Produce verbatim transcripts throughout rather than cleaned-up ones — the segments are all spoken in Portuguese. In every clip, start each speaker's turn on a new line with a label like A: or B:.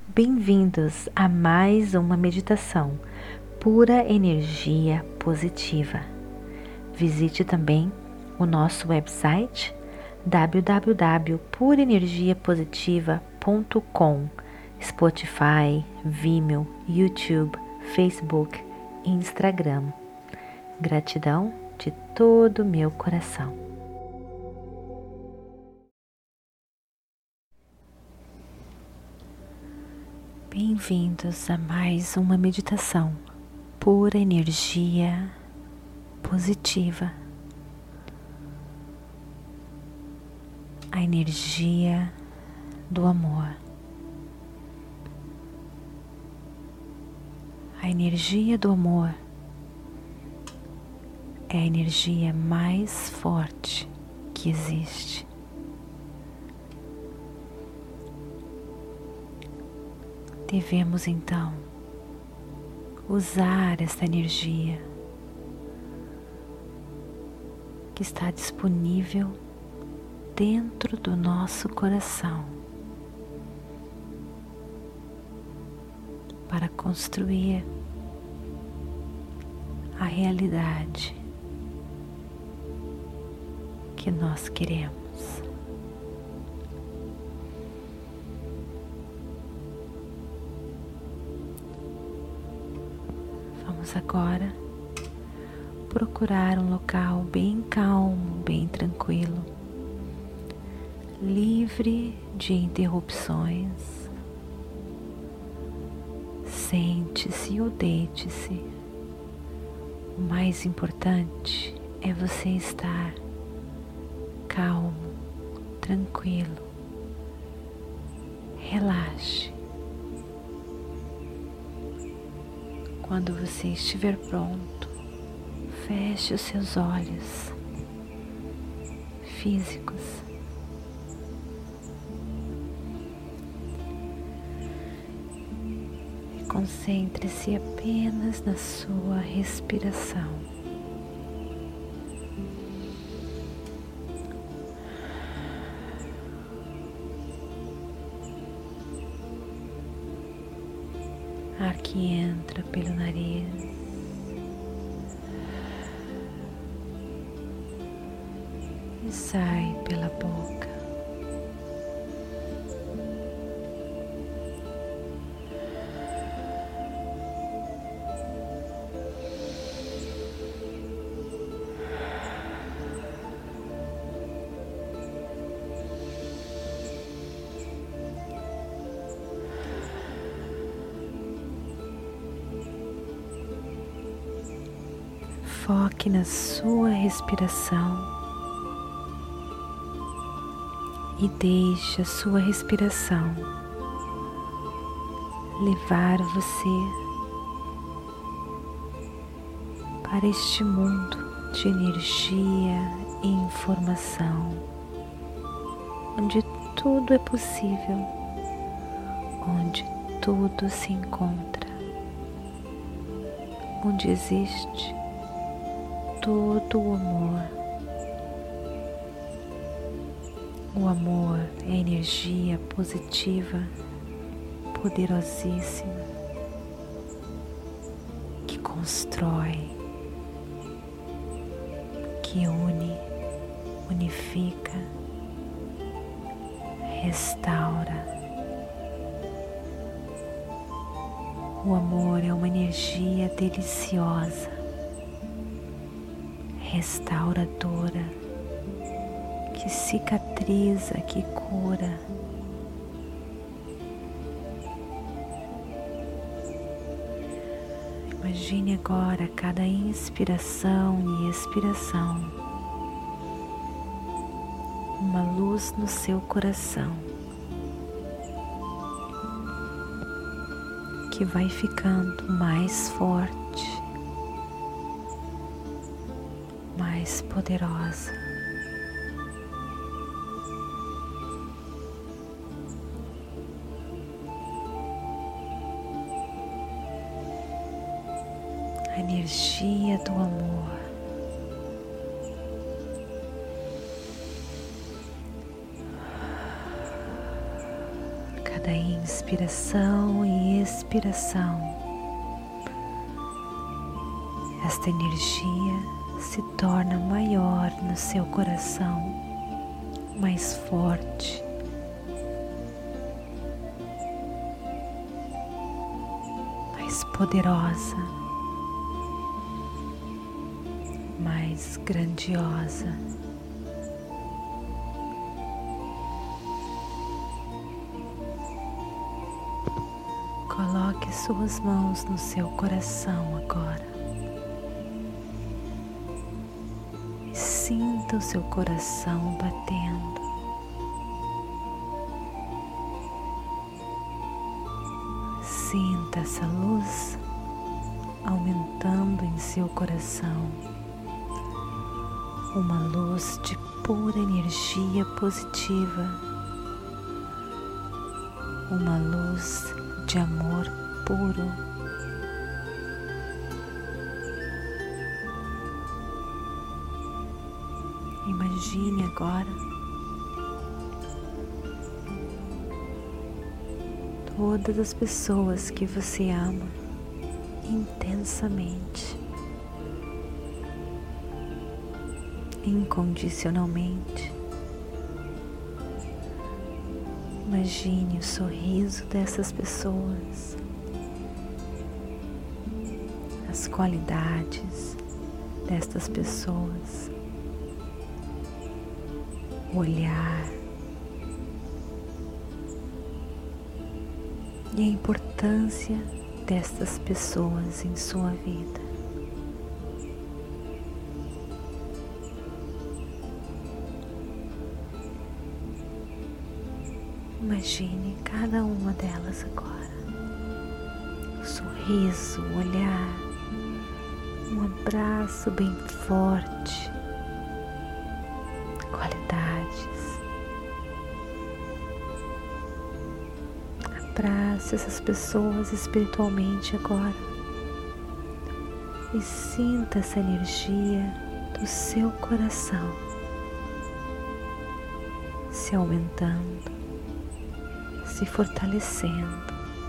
A: Bem-vindos a mais uma meditação Pura Energia Positiva. Visite também o nosso website w w w ponto pura energia positiva ponto com, Spotify, Vimeo, YouTube, Facebook e Instagram. Gratidão de todo o meu coração. Bem-vindos a mais uma meditação Pura Energia Positiva. A energia do amor. A energia do amor é a energia mais forte que existe. Devemos então usar esta energia que está disponível dentro do nosso coração para construir a realidade que nós queremos. Vamos agora procurar um local bem calmo, bem tranquilo, livre de interrupções. Sente-se ou deite-se. O mais importante é você estar calmo, tranquilo. Relaxe. Quando você estiver pronto, feche os seus olhos físicos. E concentre-se apenas na sua respiração. Ar que entra pelo nariz e sai pela boca. Foque na sua respiração e deixe a sua respiração levar você para este mundo de energia e informação, onde tudo é possível, onde tudo se encontra, onde existe todo o amor. O amor é energia positiva, poderosíssima, que constrói, que une, unifica, restaura. O amor é uma energia deliciosa, restauradora, que cicatriza, que cura. Imagine agora cada inspiração e expiração, uma luz no seu coração, que vai ficando mais forte, mais poderosa. A energia do amor cada cada inspiração e expiração, esta energia se torna maior no seu coração, mais forte. Mais poderosa, mais grandiosa. Coloque suas mãos no seu coração agora e sinta o seu coração batendo. Sinta essa luz aumentando em seu coração, uma luz de pura energia positiva, uma luz de amor puro. Imagine agora todas as pessoas que você ama intensamente, incondicionalmente. Imagine o sorriso dessas pessoas, as qualidades destas pessoas, o olhar e a importância destas pessoas em sua vida. Imagine cada uma delas agora, o sorriso, o olhar, um abraço bem forte, qualidades. Abrace essas pessoas espiritualmente agora e sinta essa energia do seu coração se aumentando, se fortalecendo.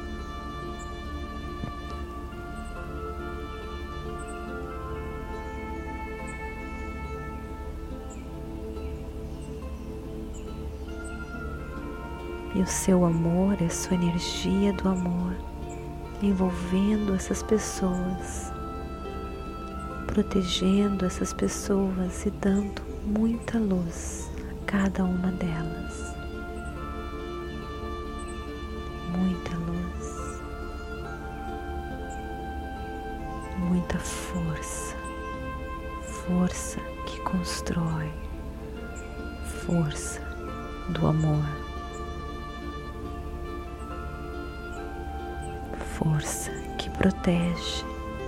A: E o seu amor, a sua energia do amor, envolvendo essas pessoas, protegendo essas pessoas e dando muita luz a cada uma delas. Muita luz, muita força, força que constrói, força do amor, força que protege.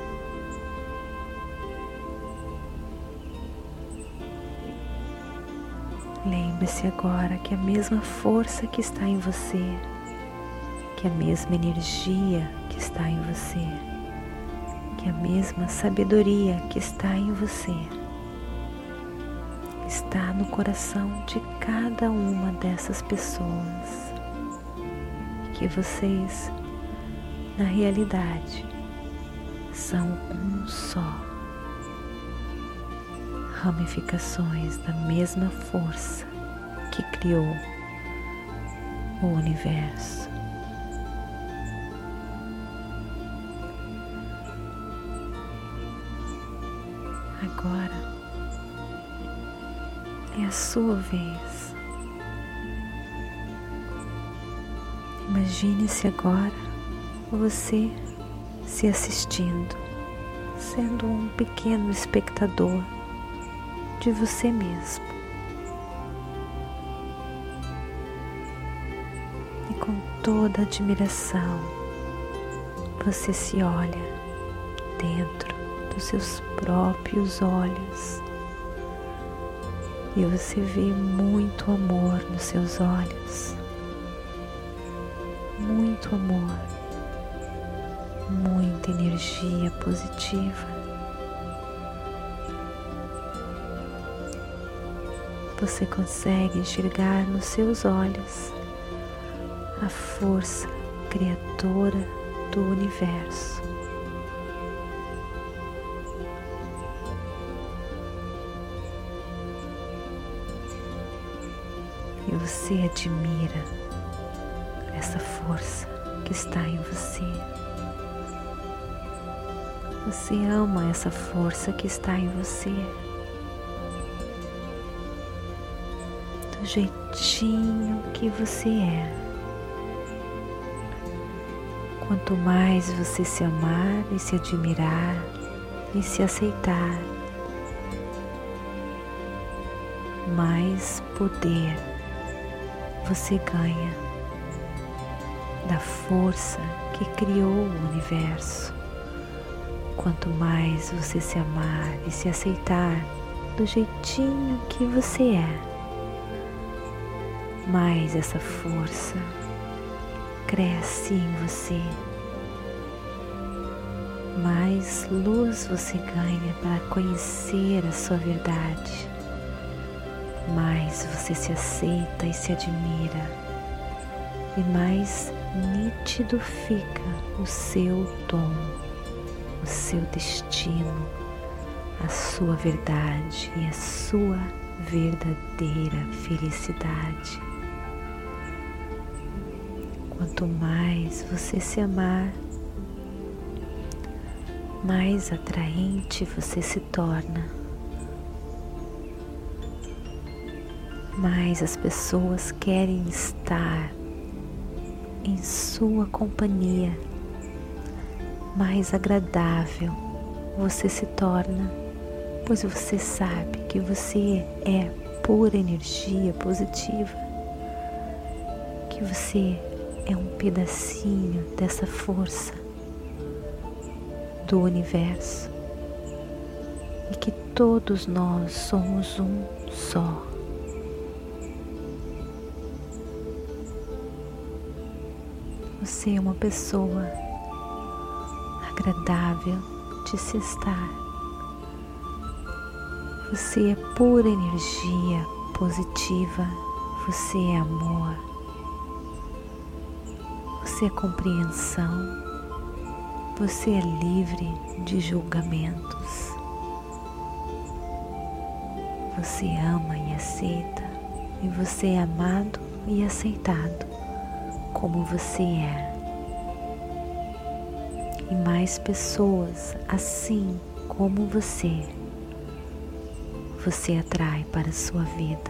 A: Lembre-se agora que a mesma força que está em você, que a mesma energia que está em você, que a mesma sabedoria que está em você, está no coração de cada uma dessas pessoas, que vocês, na realidade, são um só, ramificações da mesma força que criou o universo. Agora é a sua vez. Imagine-se agora você se assistindo, sendo um pequeno espectador de você mesmo. E com toda admiração, você se olha dentro dos seus próprios olhos e você vê muito amor nos seus olhos, muito amor, muita energia positiva. Você consegue enxergar nos seus olhos a força criadora do universo. E você admira essa força que está em você. Você ama essa força que está em você. Do jeitinho que você é. Quanto mais você se amar e se admirar e se aceitar, mais poder você ganha da força que criou o universo. Quanto mais você se amar e se aceitar do jeitinho que você é, mais essa força cresce em você, mais luz você ganha para conhecer a sua verdade, mais você se aceita e se admira, e mais nítido fica o seu dom, o seu destino, a sua verdade e a sua verdadeira felicidade. Quanto mais você se amar, mais atraente você se torna, mais as pessoas querem estar em sua companhia, mais agradável você se torna, pois você sabe que você é pura energia positiva, que você é um pedacinho dessa força do universo e que todos nós somos um só. Você é uma pessoa agradável de se estar. Você é pura energia positiva. Você é amor. Você é compreensão. Você é livre de julgamentos. Você ama e aceita. E você é amado e aceitado como você é. E mais pessoas assim como você, você atrai para a sua vida.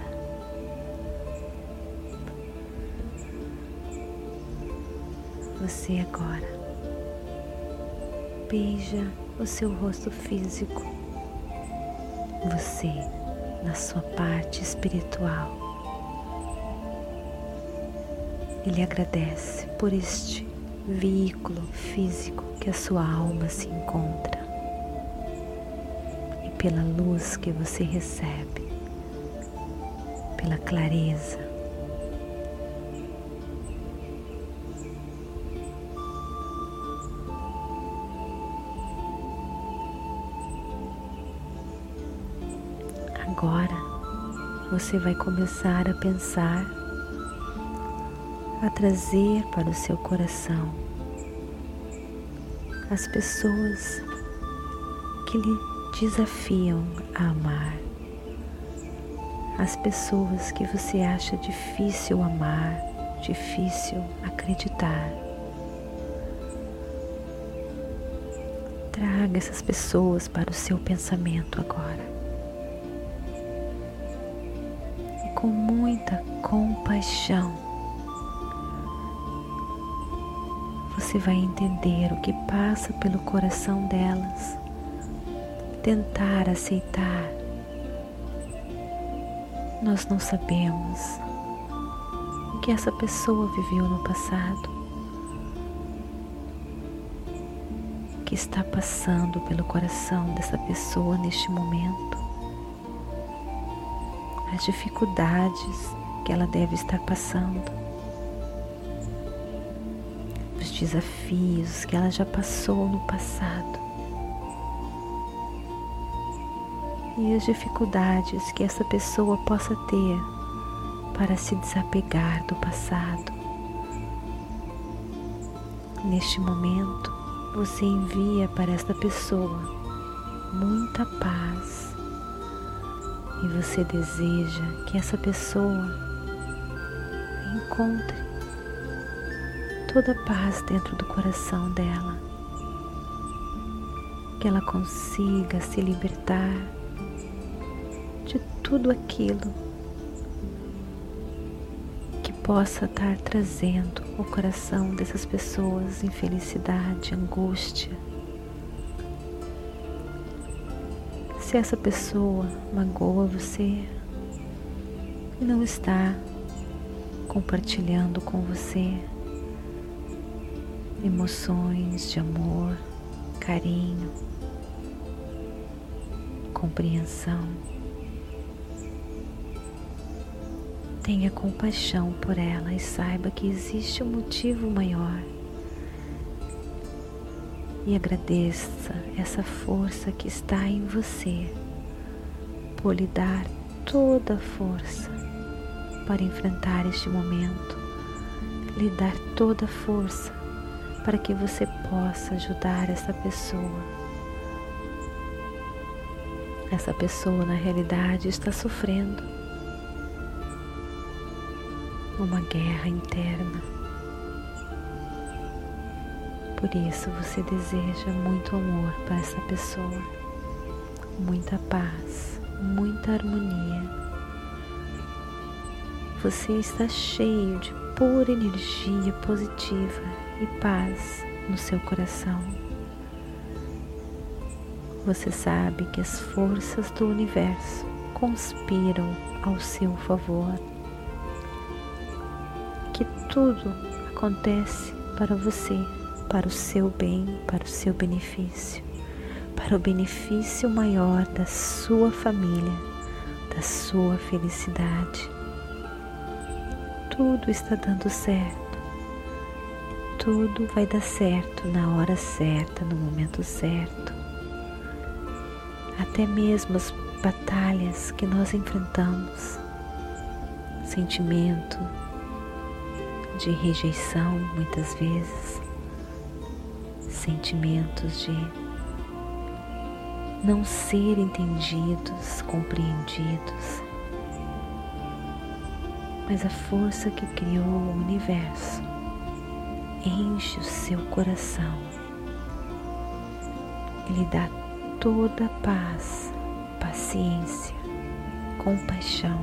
A: Você agora beija o seu rosto físico, você na sua parte espiritual. Ele agradece por este veículo físico que a sua alma se encontra e pela luz que você recebe, pela clareza. Agora você vai começar a pensar, a trazer para o seu coração as pessoas que lhe desafiam a amar, as pessoas que você acha difícil amar, difícil acreditar. Traga essas pessoas para o seu pensamento agora. E com muita compaixão, você vai entender o que passa pelo coração delas, tentar aceitar. Nós não sabemos o que essa pessoa viveu no passado, o que está passando pelo coração dessa pessoa neste momento, as dificuldades que ela deve estar passando, os desafios que ela já passou no passado e as dificuldades que essa pessoa possa ter para se desapegar do passado, Neste momento, você envia para esta pessoa muita paz e você deseja que essa pessoa encontre toda a paz dentro do coração dela, que ela consiga se libertar de tudo aquilo que possa estar trazendo o coração dessas pessoas infelicidade, angústia. Se essa pessoa magoa você e não está compartilhando com você emoções de amor, carinho, compreensão, tenha compaixão por ela e saiba que existe um motivo maior. E agradeça essa força que está em você por lhe dar toda a força para enfrentar este momento, lhe dar toda a força para que você possa ajudar essa pessoa. Essa pessoa na realidade está sofrendo uma guerra interna. Por isso você deseja muito amor para essa pessoa, muita paz, muita harmonia. Você está cheio de pura energia positiva e paz no seu coração. Você sabe que as forças do universo conspiram ao seu favor, que tudo acontece para você, para o seu bem, para o seu benefício, para o benefício maior da sua família, da sua felicidade. Tudo está dando certo. Tudo vai dar certo na hora certa, no momento certo. Até mesmo as batalhas que nós enfrentamos, sentimento de rejeição muitas vezes, sentimentos de não ser entendidos, compreendidos, mas a força que criou o universo enche o seu coração e lhe dá toda a paz, paciência, compaixão.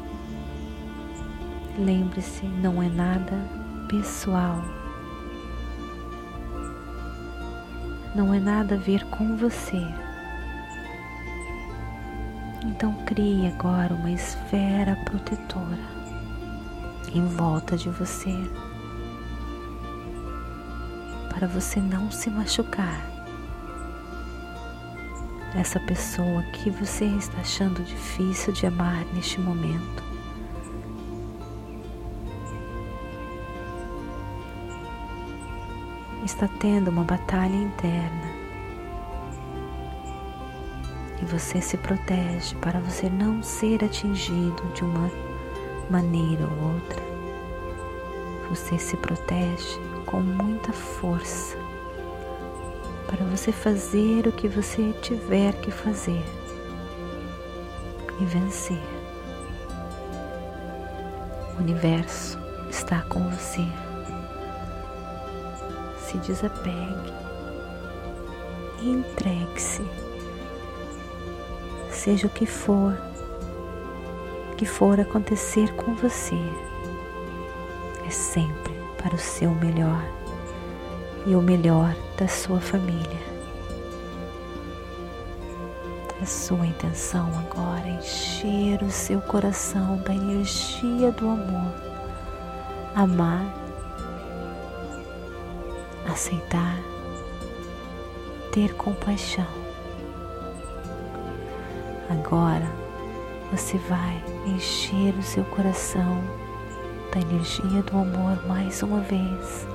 A: Lembre-se, não é nada pessoal, não é nada a ver com você. Então crie agora uma esfera protetora em volta de você, para você não se machucar. Essa pessoa que você está achando difícil de amar neste momento, está tendo uma batalha interna e você se protege para você não ser atingido de uma maneira ou outra. Você se protege com muita força para você fazer o que você tiver que fazer e vencer. O universo está com você. Se desapegue e entregue-se. Seja o que for, que for acontecer com você, é sempre para o seu melhor e o melhor da sua família. A sua intenção agora é encher o seu coração da energia do amor, amar, aceitar, ter compaixão. Agora você vai encher o seu coração da energia do amor mais uma vez,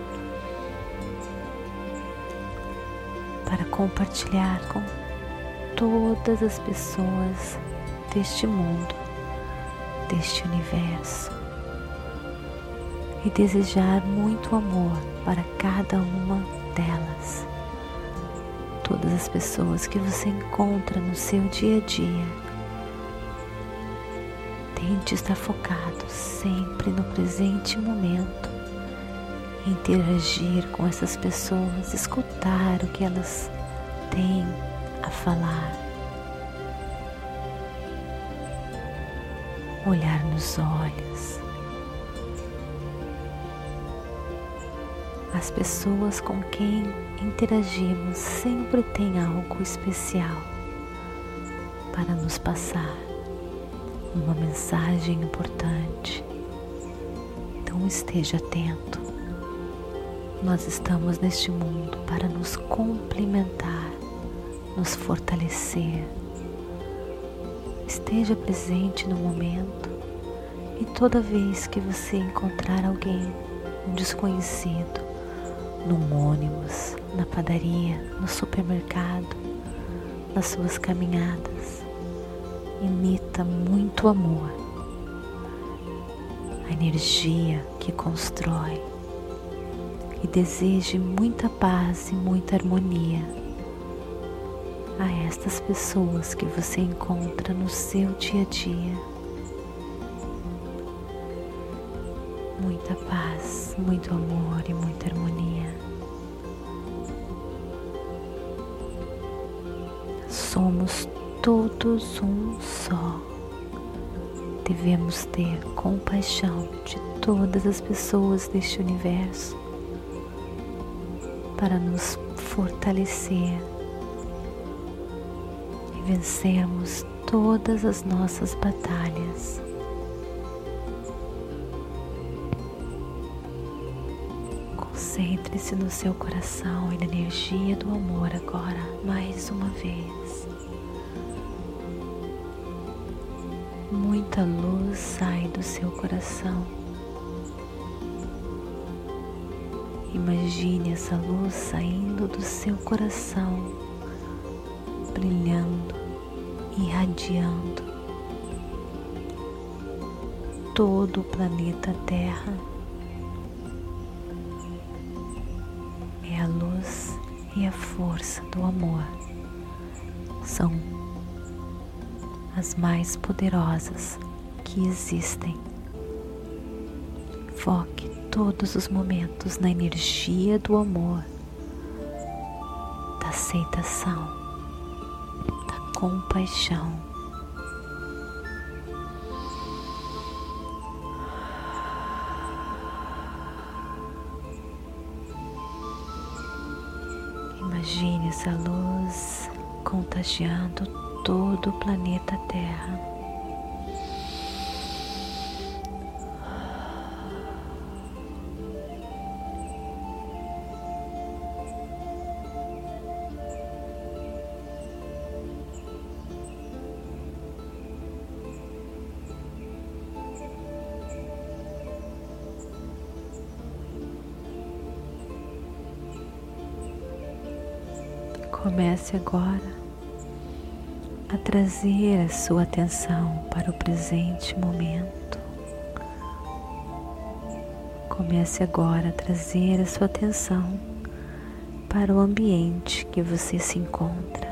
A: para compartilhar com todas as pessoas deste mundo, deste universo, e desejar muito amor para cada uma delas. Todas as pessoas que você encontra no seu dia a dia, tente estar focado sempre no presente momento, interagir com essas pessoas, escutar o que elas têm a falar, olhar nos olhos. As pessoas com quem interagimos sempre têm algo especial para nos passar, uma mensagem importante. Então esteja atento. Nós estamos neste mundo para nos complementar, nos fortalecer. Esteja presente no momento e toda vez que você encontrar alguém, um desconhecido, num ônibus, na padaria, no supermercado, nas suas caminhadas, emita muito amor, a energia que constrói, e deseje muita paz e muita harmonia a estas pessoas que você encontra no seu dia a dia. Muita paz, muito amor e muita harmonia. Somos todos um só. Devemos ter compaixão de todas as pessoas deste universo para nos fortalecer e vencermos todas as nossas batalhas. Concentre-se no seu coração e na energia do amor agora, mais uma vez. Muita luz sai do seu coração. Imagine essa luz saindo do seu coração, brilhando, irradiando todo o planeta Terra. É a luz e a força do amor. São as mais poderosas que existem. Foque todos os momentos na energia do amor, da aceitação, da compaixão. Imagine essa luz contagiando todo o planeta Terra. Comece agora a trazer a sua atenção para o presente momento. Comece agora a trazer a sua atenção para o ambiente que você se encontra.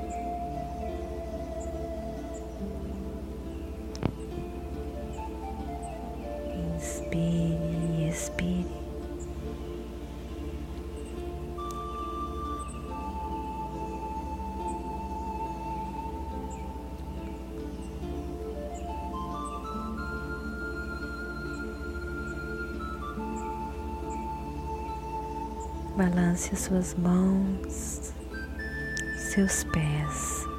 A: Inspire e expire. Balance as suas mãos, seus pés.